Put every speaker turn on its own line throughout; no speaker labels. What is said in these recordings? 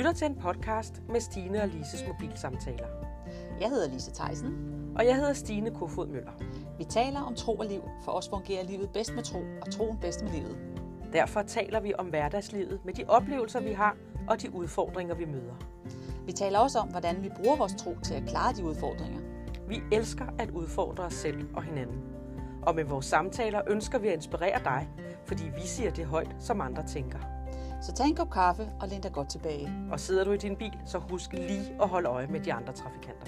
lytter til en podcast med Stine og Lises mobilsamtaler.
Jeg hedder Lise Theisen.
Og jeg hedder Stine Kofod Møller.
Vi taler om tro og liv. For os fungerer livet bedst med tro, og troen bedst med livet.
Derfor taler vi om hverdagslivet med de oplevelser, vi har, og de udfordringer, vi møder.
Vi taler også om, hvordan vi bruger vores tro til at klare de udfordringer.
Vi elsker at udfordre os selv og hinanden. Og med vores samtaler ønsker vi at inspirere dig, fordi vi siger det højt, som andre tænker.
Så tag en kop kaffe og læn dig godt tilbage.
Og sidder du i din bil, så husk lige at holde øje med de andre trafikanter.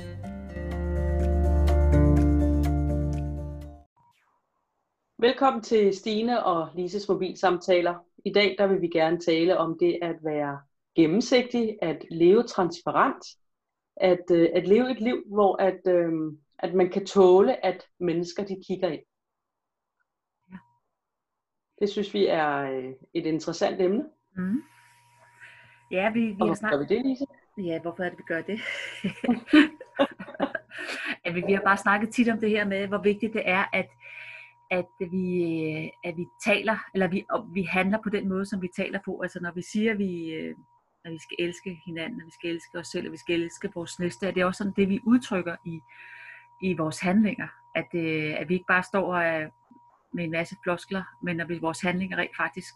Velkommen til Stine og Lises mobilsamtaler. I dag der vil vi gerne tale om det at være gennemsigtig, at leve transparent, at leve et liv, hvor at man kan tåle, at mennesker de kigger ind.
Ja.
Det synes vi er et interessant emne.
Mm. Ja, vi
Og
har
hvorfor gør vi det, Lise?
Ja, hvorfor er det, vi gør det? Vi har bare snakket tit om det her med, hvor vigtigt det er, at vi taler, eller vi handler på den måde, som vi taler på. Altså når vi siger, at vi skal elske hinanden, at vi skal elske os selv, at vi skal elske vores næste, det er også sådan det, vi udtrykker i vores handlinger. At vi ikke bare står med en masse floskler, men at vores handlinger rent faktisk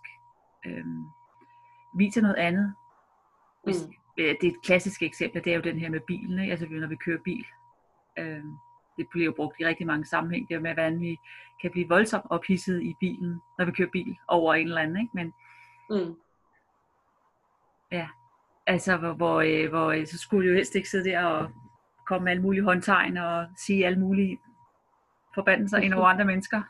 viser noget andet. Det er et klassisk eksempel, det er jo den her med bilen, ikke? Altså når vi kører bil. Det bliver jo brugt i rigtig mange sammenhæng, det er med, hvordan vi kan blive voldsomt ophidset i bilen, når vi kører bil over en eller anden, ikke? Men ja, altså hvor så skulle vi jo helst ikke sidde der og komme med alle mulige håndtegn og sige alle mulige forbandelser ind over andre mennesker.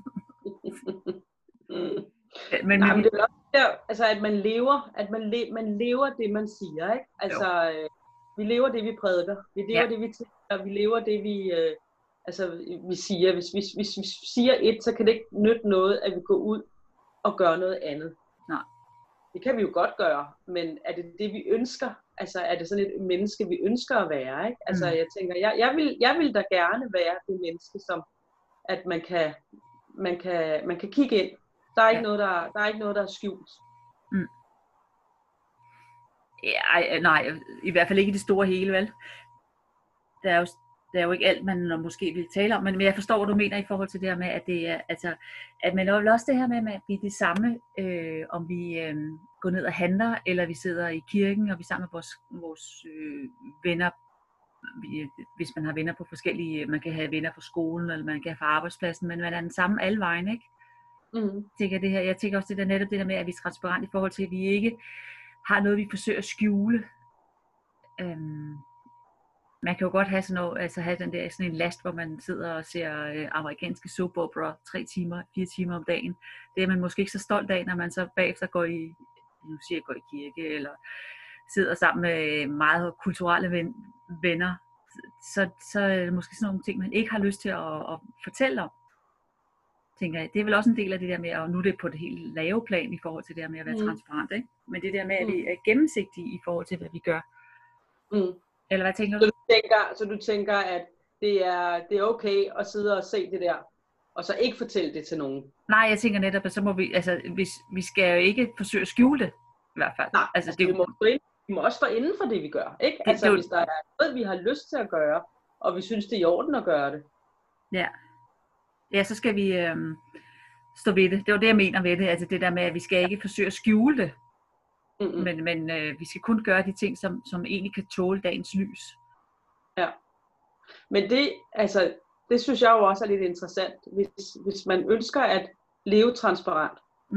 Men det er også der, altså at man lever det man siger, ikke? Altså vi lever det vi prædiker, vi lever det vi tænker, vi lever det vi siger. Hvis vi siger et, så kan det ikke nytte noget, at vi går ud og gør noget andet.
Nej.
Det kan vi jo godt gøre, men er det det vi ønsker? Altså er det sådan et menneske vi ønsker at være, ikke? Altså jeg tænker, jeg vil da gerne være det menneske, som at man kan kigge ind. Der er ikke noget der er skjult.
Ja, nej, i hvert fald ikke i det store hele, vel? Der er jo ikke alt, man måske vil tale om, men jeg forstår, hvad du mener i forhold til det her med, at det er, altså, at man også det her med, at vi er det samme, om vi går ned og handler, eller vi sidder i kirken, og vi er sammen med vores venner, hvis man har venner på forskellige, man kan have venner på skolen, eller man kan have fra arbejdspladsen, men man er den samme alle vejen, ikke? Jeg tænker også det der netop det der med, at vi er transparent i forhold til, at vi ikke har noget, vi forsøger at skjule. Man kan jo godt have sådan noget, altså have sådan en last, hvor man sidder og ser amerikanske soap opera 4 timer om dagen. Det er man måske ikke så stolt af, når man så bagefter går i kirke, eller sidder sammen med meget kulturelle venner. Så er det måske sådan nogle ting, man ikke har lyst til at fortælle om. Tænker jeg. Det er vel også en del af det der med, og nu er det på det helt lave plan i forhold til det der med at være transparent, ikke? Men det der med, at vi er gennemsigtige i forhold til, hvad vi gør. Eller hvad tænker du?
Så du tænker, at det er okay at sidde og se det der, og så ikke fortælle det til nogen?
Nej, jeg tænker netop, at så må vi, altså vi skal jo ikke forsøge at skjule det, i hvert fald.
Nej, altså vi må også stå inden for det, vi gør, ikke? Hvis der er noget, vi har lyst til at gøre, og vi synes, det er i orden at gøre det.
Ja, så skal vi stå ved det. Det var det, jeg mener med det. Altså det der med, at vi skal ikke forsøge at skjule det. Men vi skal kun gøre de ting, som egentlig kan tåle dagens lys. Ja.
Men det synes jeg jo også er lidt interessant. Hvis man ønsker at leve transparent,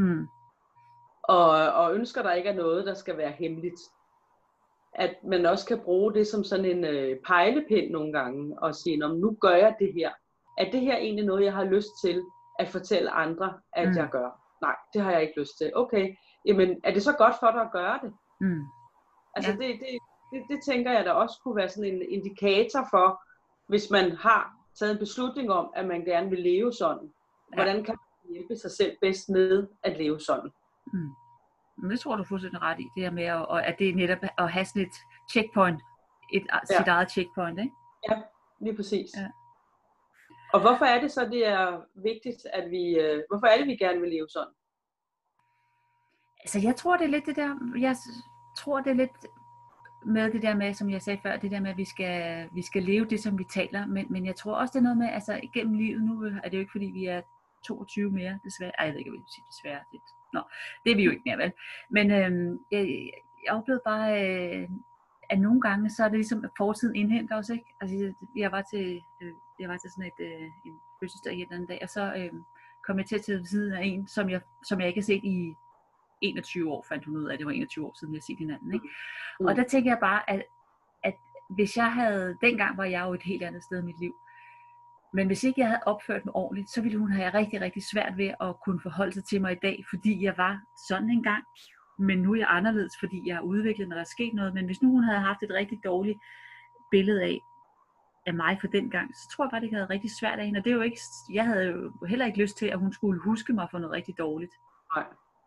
og ønsker, der ikke er noget, der skal være hemmeligt, at man også kan bruge det som sådan en pejlepind nogle gange, og sige, nu gør jeg det her. Er det her egentlig noget, jeg har lyst til at fortælle andre, at jeg gør? Nej, det har jeg ikke lyst til. Okay, jamen er det så godt for dig at gøre det? Altså det tænker jeg da også kunne være sådan en indikator for, hvis man har taget en beslutning om, at man gerne vil leve sådan. Hvordan kan man hjælpe sig selv bedst med at leve sådan?
Det tror du fuldstændig ret i, det her med, at det er netop at have sådan et checkpoint, sit eget checkpoint, ikke?
Ja, lige præcis. Ja. Og hvorfor er det så, det er vigtigt, at hvorfor er det, vi gerne vil leve sådan?
Altså jeg tror, det er lidt det der, jeg tror, det er lidt med det der med, som jeg sagde før, det der med, at vi skal leve det, som vi taler, men jeg tror også, det er noget med, altså igennem livet, nu er det jo ikke, fordi vi er 22 mere, desværre. Ej, jeg ved ikke, hvad jeg vil sige, desværre. Det er vi jo ikke mere, vel? Men jeg oplevede bare, at nogle gange, så er det ligesom, at fortiden indhenter os, ikke? Altså, jeg var til sådan en fødselsdag her den anden dag, og så kom jeg til at tage ved siden af en, som jeg ikke har set i 21 år, fandt hun ud af, at det var 21 år siden, vi har set hinanden, ikke? Og der tænker jeg bare, at hvis jeg havde, dengang var jeg jo et helt andet sted i mit liv, men hvis ikke jeg havde opført mig ordentligt, så ville hun have rigtig, rigtig svært ved at kunne forholde sig til mig i dag, fordi jeg var sådan en gang, men nu er jeg anderledes, fordi jeg er udviklet, når der er sket noget. Men hvis nu hun havde haft et rigtig dårligt billede af mig for den gang, så tror jeg bare, det havde rigtig svært af hende. Og det er jo ikke, jeg havde jo heller ikke lyst til, at hun skulle huske mig for noget rigtig dårligt.
Nej.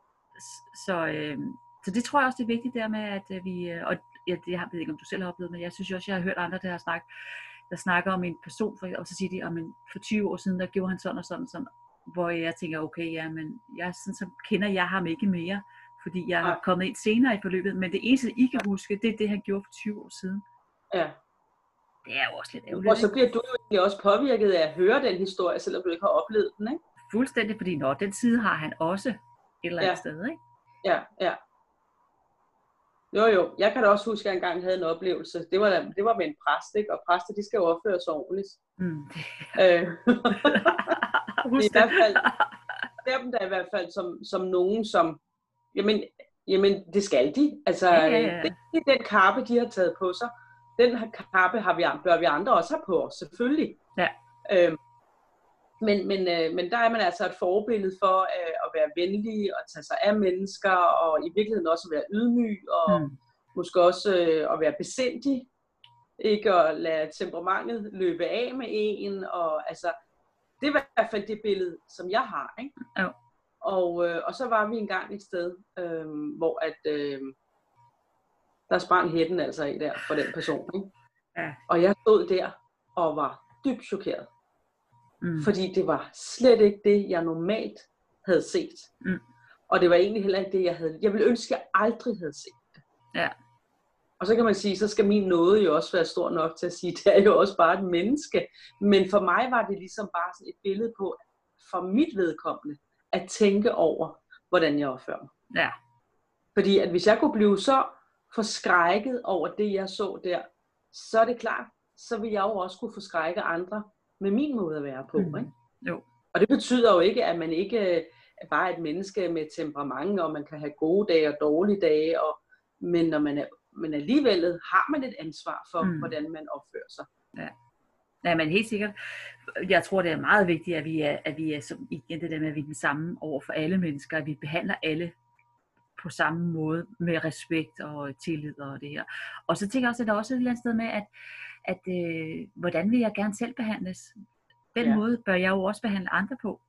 Så det tror jeg også, det er vigtigt der med, at vi, og jeg ved ikke, om du selv har oplevet, men jeg synes jo også, jeg har hørt andre, der snakker om en person, og så siger de, at for 20 år siden, der gjorde han sådan og sådan og sådan, hvor jeg tænker, okay, ja, men jeg sådan, så kender jeg ham ikke mere, fordi jeg er kommet ind senere i forløbet, men det eneste, I kan huske, det er det, han gjorde for 20 år siden.
Ja.
Det er jo også lidt ærgerligt.
Og så bliver du jo egentlig også påvirket af at høre den historie, selvom du ikke har oplevet den, ikke?
Fuldstændig, fordi den side har han også et eller andet sted, ikke?
Ja. Jo, jeg kan da også huske, at jeg engang havde en oplevelse. Det var med en præst, ikke? Og præster, de skal jo opføre sig ordentligt. I hvert fald, der er i hvert fald som nogen, som, jamen det skal de. Altså, det er den kappe, de har taget på sig. Den her kappe bør vi andre også have på os, selvfølgelig.
Ja.
Men der er man altså et forbillede for at være venlig og tage sig af mennesker, og i virkeligheden også at være ydmyg, og måske også at være besindig, ikke at lade temperamentet løbe af med en, og altså, det er i hvert fald det billede, som jeg har, ikke?
Jo.
Og så var vi engang et sted, hvor at der sprang hætten altså i der for den person, ikke?
Ja.
Og jeg stod der og var dybt chokeret. Fordi det var slet ikke det, jeg normalt havde set. Og det var egentlig heller ikke det, jeg ville ønske, jeg aldrig havde set det.
Ja.
Og så kan man sige, så skal min nåde jo også være stor nok til at sige, det er jo også bare et menneske. Men for mig var det ligesom bare sådan et billede på, for mit vedkommende, at tænke over, hvordan jeg opfører mig.
Ja.
Fordi at hvis jeg kunne blive så forskrækket over det, jeg så der, så er det klart, så vil jeg jo også kunne forskrække andre med min måde at være på. Ikke?
Jo.
Og det betyder jo ikke, at man ikke er bare et menneske med temperament, og man kan have gode dage og dårlige dage, men når men alligevel har man et ansvar for, hvordan man opfører sig.
Ja, men helt sikkert. Jeg tror, det er meget vigtigt, at vi er som, igen det der med, at vi er den samme over for alle mennesker, at vi behandler alle på samme måde, med respekt og tillid og det her. Og så tænker jeg også, at der er også et eller andet sted med, at hvordan vil jeg gerne selv behandles? Den måde bør jeg jo også behandle andre på.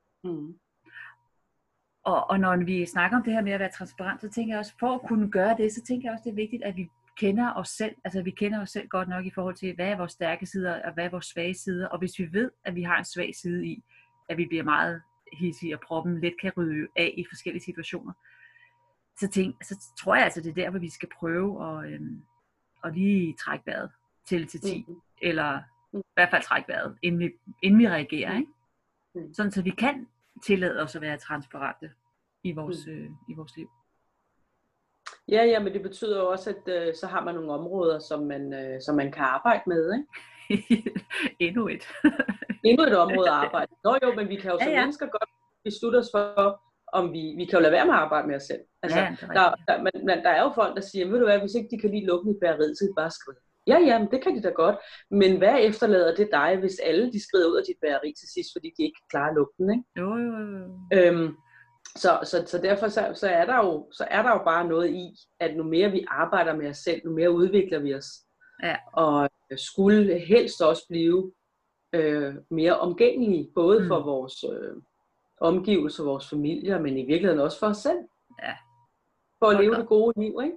Og når vi snakker om det her med at være transparent, så tænker jeg også, for at kunne gøre det, så tænker jeg også, det er vigtigt, at vi kender os selv. Altså vi kender os selv godt nok i forhold til, hvad er vores stærke sider, og hvad er vores svage sider. Og hvis vi ved, at vi har en svag side i, at vi bliver meget hidsige, og proppen let kan ryge af i forskellige situationer, så tror jeg altså, det er der, hvor vi skal prøve at lige trække vejret til 10, eller i hvert fald trække vejret, inden vi reagerer, ikke? Sådan så vi kan tillade os at være transparente i vores liv.
Ja, men det betyder jo også, at så har man nogle områder, som man kan arbejde med, ikke?
Endnu et
område at arbejde. Jo, men vi kan jo som mennesker godt beslutte os for, om vi kan jo lade være med at arbejde med os selv. Altså, der er jo folk, der siger, ved du hvad, hvis ikke de kan lide lukken i bageriet, så kan de bare skrive. Ja, men det kan de da godt. Men hvad efterlader det dig, hvis alle de skrider ud af dit bageri til sidst, fordi de ikke kan klare lugten, ikke?
Jo.
Så derfor så er der jo bare noget i, at nu mere vi arbejder med os selv, nu mere udvikler vi os.
Ja.
Og skulle helst også blive mere omgængelige, både for vores omgivelser, vores familier, men i virkeligheden også for os selv.
Ja.
For at leve det gode liv, ikke?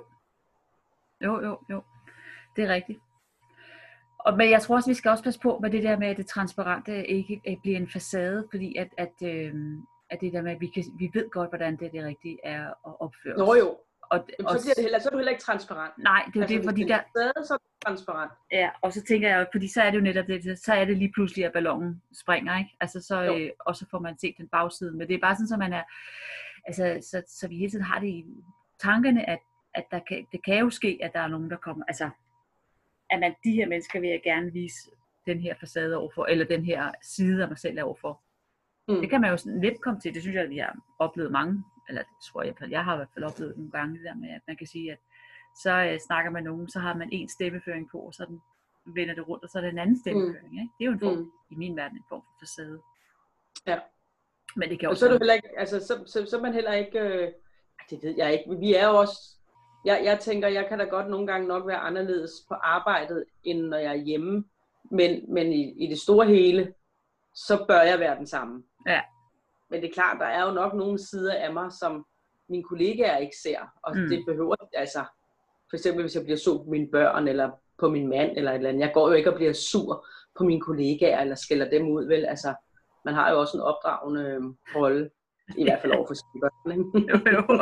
Jo. Det er rigtigt. Men jeg tror også, vi skal også passe på med det der med, at det transparente ikke bliver en facade, fordi at det der med, at vi ved godt, hvordan det rigtige er at opføre os.
Jo. Så er du heller ikke transparent.
Nej, det er jo det, fordi der...
Så er du transparent.
Ja, og så tænker jeg, fordi så er det jo netop det, så er det lige pludselig, at ballonen springer, ikke? Altså så, og så får man set den bagside. Men det er bare sådan, så man er, altså, så vi hele tiden har det i tankerne, at det kan jo ske, at der er nogen, der kommer, altså, at de her mennesker vil jeg gerne vise den her facade overfor, eller den her side af mig selv overfor. Det kan man jo sådan lidt komme til. Det synes jeg, at vi har oplevet mange, eller det tror jeg har i hvert fald oplevet nogle gange, det der med, at man kan sige, at så snakker man nogen, så har man en stemmeføring på, og så vender det rundt, og så er det en anden stemmeføring. Ikke? Det er jo en form, i min verden, en form for facade.
Ja.
Men det kan
også... så er du heller ikke, altså, så er man heller ikke, det ved jeg ikke, vi er jo også, jeg tænker, jeg kan da godt nogle gange nok være anderledes på arbejdet, end når jeg er hjemme, men i det store hele, så bør jeg være den samme.
Ja.
Men det er klart, der er jo nok nogle sider af mig, som mine kollegaer ikke ser, og det behøver, altså, for eksempel hvis jeg bliver sur på mine børn, eller på min mand, eller et eller andet, jeg går jo ikke og bliver sur på mine kollegaer, eller skælder dem ud, vel, altså, man har jo også en opdragende rolle, i hvert fald over for sine børn, ikke?
Jo.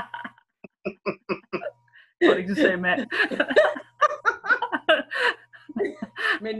Jeg tror ikke, du sagde mand.
Men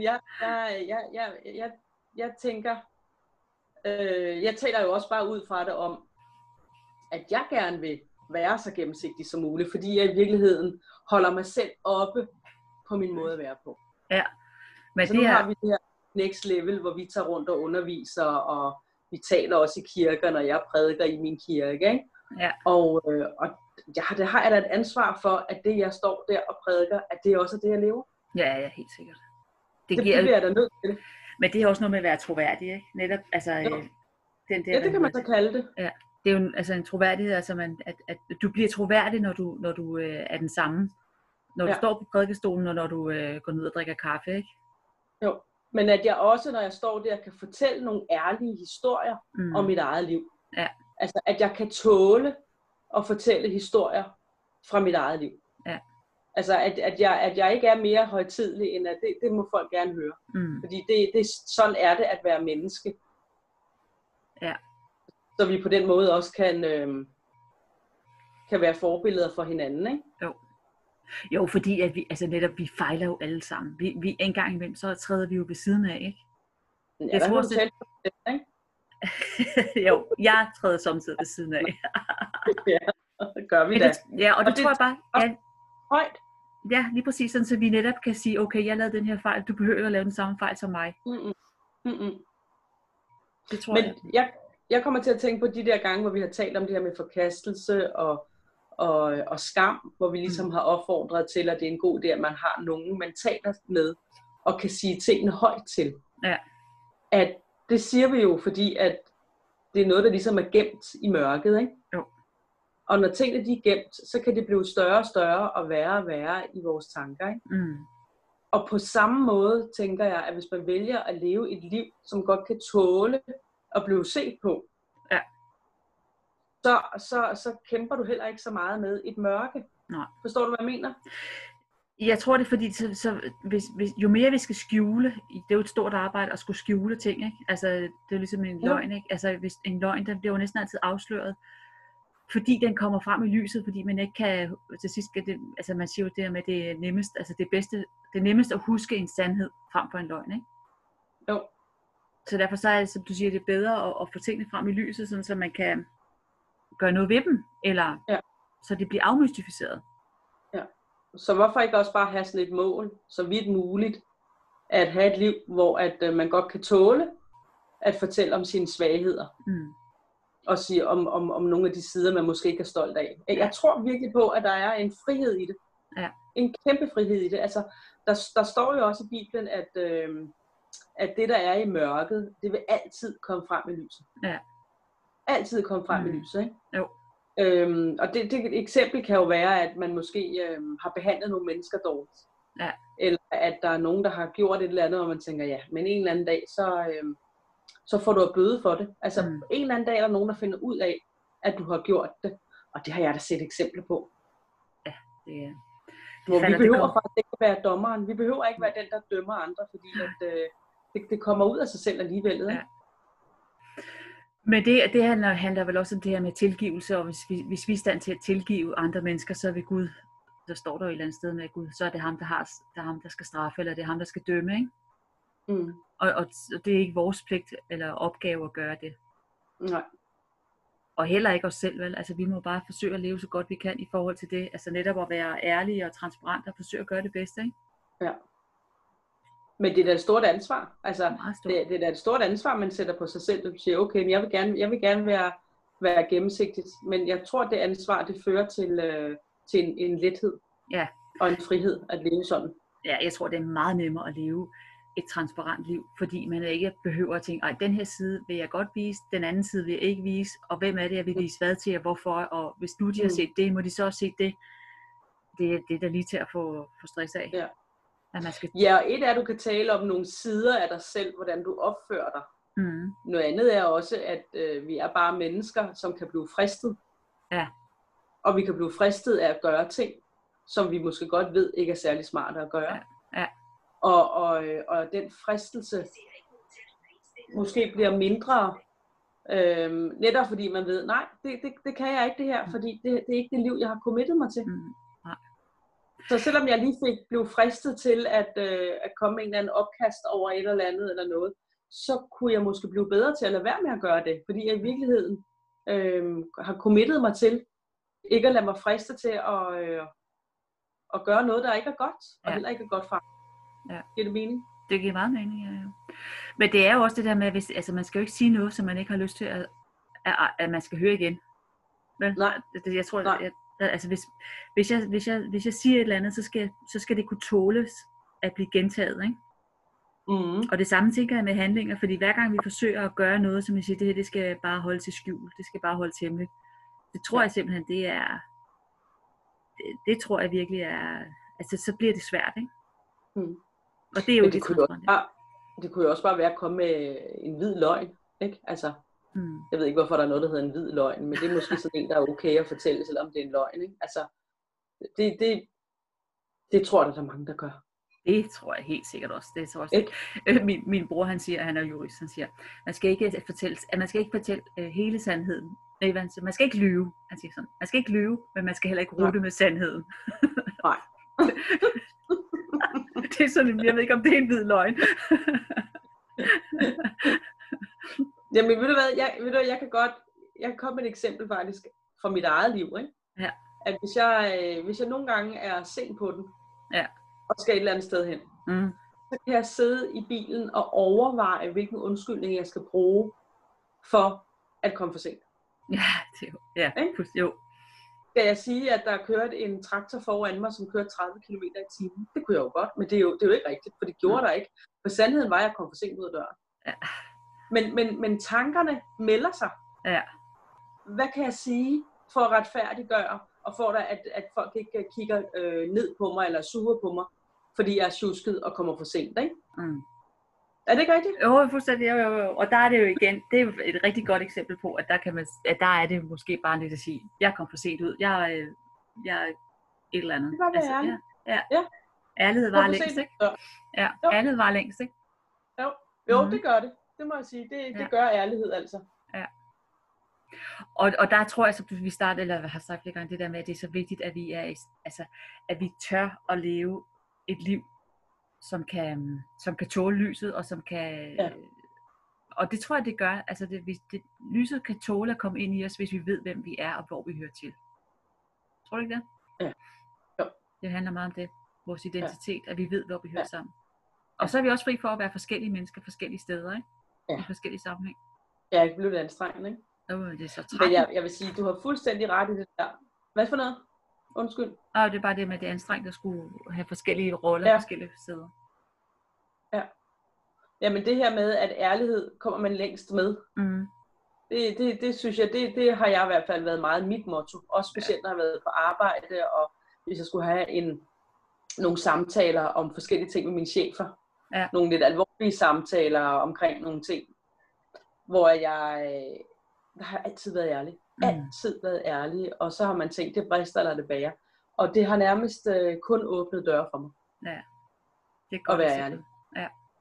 jeg tænker, jeg taler jo også bare ud fra det om, at jeg gerne vil være så gennemsigtig som muligt, fordi jeg i virkeligheden holder mig selv oppe på min måde at være på.
Ja. Men
så nu har vi det her next level, hvor vi tager rundt og underviser, og vi taler også i kirker, når jeg prædiker i min kirke, ikke?
Ja.
Og det har jeg da et ansvar for, at det jeg står der og prædiker, at det også er det jeg lever.
Ja, helt sikkert.
Det bliver jeg da nødt til.
Men det er også noget med at være troværdig, ikke? Netop, altså, den der,
det kan man så kalde det.
Ja, det er jo altså en troværdighed, altså at du bliver troværdig, når du er den samme. Når du står på prædikestolen, og når du går ned og drikker kaffe, ikke?
Jo, men at jeg også, når jeg står der, kan fortælle nogle ærlige historier om mit eget liv.
Ja.
Altså, at jeg kan tåle at fortælle historier fra mit eget liv.
Ja.
Altså, at jeg ikke er mere højtidelig, end at det må folk gerne høre. Fordi sådan er det at være menneske.
Ja.
Så vi på den måde også kan være forbilleder for hinanden, ikke?
Jo, fordi at vi fejler jo alle sammen. Vi en gang imellem, så træder vi jo ved siden af, ikke?
Ja, jeg tror, du tale på det, ikke?
Jo, jeg træder samtidig ved siden af.
Ja, det gør vi da.
Ja, og det tror jeg bare... Ja,
højt.
Ja, lige præcis, sådan, så vi netop kan sige, okay, jeg lavede den her fejl, du behøver at lave den samme fejl som mig. Det tror
jeg kommer til at tænke på de der gange, hvor vi har talt om det her med forkastelse og skam, hvor vi ligesom har opfordret til, at det er en god idé, at man har nogen, man taler med, og kan sige tingene højt til.
Ja.
At det siger vi jo, fordi at det er noget, der ligesom er gemt i mørket, ikke?
Jo.
Og når tingene de er gemt, så kan det blive større og større og værre og værre i vores tanker, ikke? Og på samme måde tænker jeg, at hvis man vælger at leve et liv, som godt kan tåle at blive set på, så kæmper du heller ikke så meget med et mørke.
Nej.
Forstår du, hvad jeg mener?
Jeg tror det er fordi, hvis, jo mere vi skal skjule, det er jo et stort arbejde at skulle skjule ting, ikke? Altså, det er jo ligesom en løgn, ikke? Altså, hvis en løgn, den bliver jo næsten altid afsløret, fordi den kommer frem i lyset, fordi man ikke kan, til sidst, altså man siger jo det her med, det er nemmest, altså det nemmest at huske en sandhed frem for en løgn, ikke?
Jo.
Så derfor så er det, som du siger, det er bedre at få tingene frem i lyset, sådan, så man kan gøre noget ved dem, eller så det bliver afmystificeret.
Ja. Så hvorfor ikke også bare have sådan et mål, så vidt muligt, at have et liv, hvor at man godt kan tåle at fortælle om sine svagheder. Og sige om nogle af de sider, man måske ikke er stolt af. Jeg tror virkelig på, at der er en frihed i det.
Ja.
En kæmpe frihed i det. Altså, der står jo også i Bibelen, at det, der er i mørket, det vil altid komme frem i lyset.
Ja.
Altid komme frem i lyset, ikke?
Jo.
Og det et eksempel kan jo være, at man måske har behandlet nogle mennesker dårligt.
Ja.
Eller at der er nogen, der har gjort et eller andet, og man tænker, ja, men en eller anden dag, så får du at bøde for det. Altså, en eller anden dag er der nogen, der finder ud af, at du har gjort det. Og det har jeg da set eksempler på.
Ja, det er...
Hvor vi behøver faktisk ikke at være dommeren. Vi behøver ikke være den, der dømmer andre, fordi at, det kommer ud af sig selv alligevel. Ikke?
Ja. Men det handler vel også om det her med tilgivelse, og hvis vi er i stand til at tilgive andre mennesker, så er vi Gud. Der står der jo et eller andet sted med Gud, så er det ham, der skal straffe, eller det er ham, der skal dømme, ikke?
Mm.
Og det er ikke vores pligt eller opgave at gøre det.
Nej.
Og heller ikke os selv, vel? Altså vi må bare forsøge at leve så godt vi kan i forhold til det. Altså netop at være ærlige og transparente og forsøge at gøre det bedste, ikke?
Ja. Men det er da et stort ansvar. Altså,
Stort.
det er da et stort ansvar, man sætter på sig selv. Du siger, okay, men jeg vil gerne være gennemsigtigt. Men jeg tror, det ansvar, det fører til en lethed.
Ja.
Og en frihed at leve sådan.
Ja, jeg tror, det er meget nemmere at leve et transparent liv, fordi man ikke behøver at tænke, den her side vil jeg godt vise, den anden side vil jeg ikke vise, og hvem er det, jeg vil vise hvad til, og hvorfor, og hvis nu de har set det, må de så også se det. Det er da lige til at få stress af.
Ja.
At man skal...
Ja, og et er, at du kan tale om nogle sider af dig selv, hvordan du opfører dig.
Mm.
Noget andet er også, at vi er bare mennesker, som kan blive fristet.
Ja.
Og vi kan blive fristet af at gøre ting, som vi måske godt ved ikke er særlig smarte at gøre.
Ja. Ja.
Og den fristelse måske bliver mindre, netop fordi man ved, nej, det kan jeg ikke det her, fordi det er ikke det liv, jeg har committet mig til.
Mm.
Så selvom jeg lige blev fristet til at komme med en eller anden opkast over et eller andet eller noget, så kunne jeg måske blive bedre til at lade være med at gøre det, fordi jeg i virkeligheden har committet mig til ikke at lade mig friste til at gøre noget, der ikke er godt, og heller ikke er godt for.
Ja.
Giver det mening?
Det giver meget mening, ja. Men det er jo også det der med, at man skal jo ikke sige noget, som man ikke har lyst til, at man skal høre igen. Vel?
Nej.
Jeg tror, altså hvis jeg siger et eller andet, så skal det kunne tåles at blive gentaget, ikke?
Mm.
Og det samme tænker jeg med handlinger, fordi hver gang vi forsøger at gøre noget, som jeg siger, det her, det skal bare holde til skjul, det skal bare holde til hemmeligt. Det tror jeg simpelthen, det tror jeg virkelig er, altså så bliver det svært, ikke?
Mm.
Og det er jo
det kunne jo også bare være at komme med en hvid løgn, ikke? Altså, jeg ved ikke, hvorfor der er noget, der hedder en hvid løgn, men det er måske sådan en, der er okay at fortælle, selvom det er en løgn, ikke? Altså, det tror jeg, der er mange, der gør.
Det tror jeg helt sikkert også. Det tror jeg også. Min bror, han siger, han er jurist, han siger, man skal ikke fortælle hele sandheden. Nej, man skal ikke lyve. Han siger sådan, man skal ikke lyve, men man skal heller ikke rute med sandheden.
Nej.
Det er sådan, jeg ved ikke, om det er en hvid løgn.
Jamen, ved du hvad, jeg kan komme med et eksempel faktisk fra mit eget liv, ikke?
Ja.
At hvis jeg nogle gange er sent på den,
ja,
og skal et eller andet sted hen, så kan jeg sidde i bilen og overveje, hvilken undskyldning jeg skal bruge for at komme for sent.
Ja, jo.
Skal jeg sige, at der er kørt en traktor foran mig, som kørte 30 km i timen? Det kunne jeg jo godt, men det er jo ikke rigtigt, for det gjorde der ikke. For sandheden var, at jeg kom for sent ud af døren.
Ja.
Men tankerne melder sig.
Ja.
Hvad kan jeg sige for at retfærdiggøre, og for at folk ikke kigger ned på mig, eller suger på mig, fordi jeg er tjusket og kommer for sent, ikke? Mm. Er det ikke rigtigt?
Jo, fuldstændig. Jo. Og der er det jo igen, det er jo et rigtig godt eksempel på, at der er det måske bare lidt at sige, jeg kom for sent ud, jeg er et eller andet.
Det var det ærligt.
Ja. Ærlighed var længst, ikke? Ja, ærlighed var længst, ikke?
Jo, det gør det. Det må jeg sige. Det gør ærlighed altså.
Ja. Og der tror jeg, så vi startede, eller har sagt flere gange, det der med, at det er så vigtigt, at vi at vi tør at leve et liv, som kan tåle lyset, og som kan... Ja. Og det tror jeg, det gør. Altså, lyset kan tåle at komme ind i os, hvis vi ved, hvem vi er, og hvor vi hører til. Tror du ikke det?
Ja. Jo.
Det handler meget om det. Vores identitet, at vi ved, hvor vi hører sammen. Og så er vi også fri for at være forskellige mennesker, forskellige steder, ikke? Ja. I forskellige sammenhæng.
Ja, det blev det anstrengende, ikke?
Det er så træt.
Men jeg vil sige, du har fuldstændig ret i det der. Hvad for noget? Undskyld.
Det er bare det med, at det er anstrengt at skulle have forskellige roller, forskellige steder.
Ja. Jamen det her med, at ærlighed kommer man længst med. Mm. Det synes jeg, det har jeg i hvert fald været meget mit motto. Også specielt, når jeg har været på arbejde, og hvis jeg skulle have nogle samtaler om forskellige ting med mine chefer. Ja. Nogle lidt alvorlige samtaler omkring nogle ting, hvor der har altid været ærlig. Altid været ærlig, og så har man tænkt, det brister eller det bager. Og det har nærmest kun åbnet døre for mig.
Ja. Det er godt
at være ærlig.
Ja.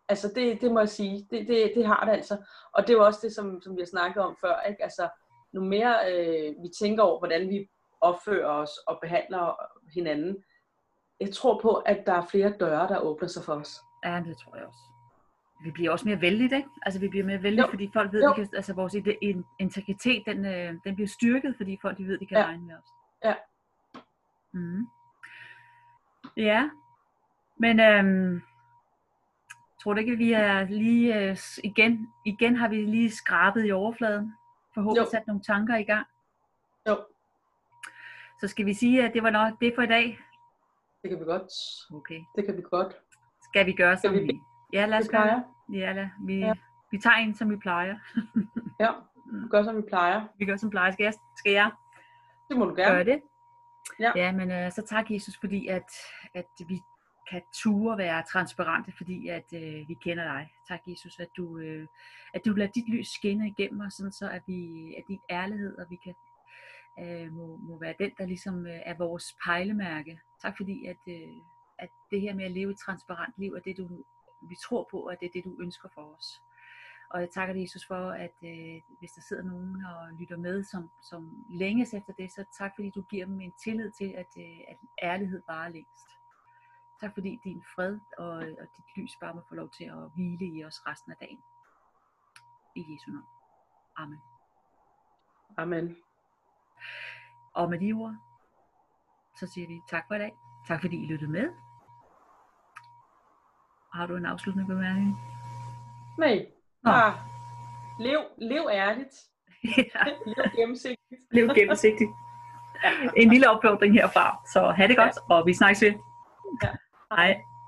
Altså det må jeg sige, det har det altså. Og det er jo også det, som vi har snakket om før, ikke? Altså, nu mere vi tænker over, hvordan vi opfører os og behandler hinanden, jeg tror på, at der er flere døre, der åbner sig for os.
Ja, det tror jeg også. Vi bliver også mere vældigt, ikke? Altså vi bliver mere vældigt, fordi folk ved, at altså, vores integritet, den bliver styrket, fordi folk de ved, de kan regne med os.
Ja.
Mm. Ja, men tror du ikke, at vi er lige igen har vi lige skrabet i overfladen, forhåbentlig sat nogle tanker i gang.
Jo.
Så skal vi sige, at det var nok det for i dag?
Det kan vi godt.
Okay.
Det kan vi godt.
Skal vi gøre, som vi... Ja, lad os gøre. Ja, vi tager en, som vi plejer.
Ja, vi gør, som vi plejer.
Vi gør, som vi plejer. Skal jeg?
Det må du gerne.
Gør det?
Ja.
Ja, men så tak, Jesus, fordi at vi kan ture være transparente, fordi at vi kender dig. Tak, Jesus, at du lader dit lys skinne igennem os, sådan så at din ærlighed, og vi kan må være den, der ligesom er vores pejlemærke. Tak fordi, at det her med at leve et transparent liv, er det, vi tror på, og det er det, du ønsker for os. Og jeg takker dig, Jesus, for, at hvis der sidder nogen og lytter med, som længes efter det, så tak fordi, du giver dem en tillid til, at ærlighed varer længst. Tak fordi din fred og dit lys bare må få lov til at hvile i os resten af dagen. I Jesu navn. Amen.
Amen.
Og med de ord, så siger vi tak for i dag. Tak fordi I lyttede med. Har du en afsluttende bemærkning?
Nej. Lev ærligt. Lev gennemsigtigt.
Lev gennemsigtigt. En lille opfordring herfra. Så ha' det godt, og vi snakkes ved.
Ja.
Hej.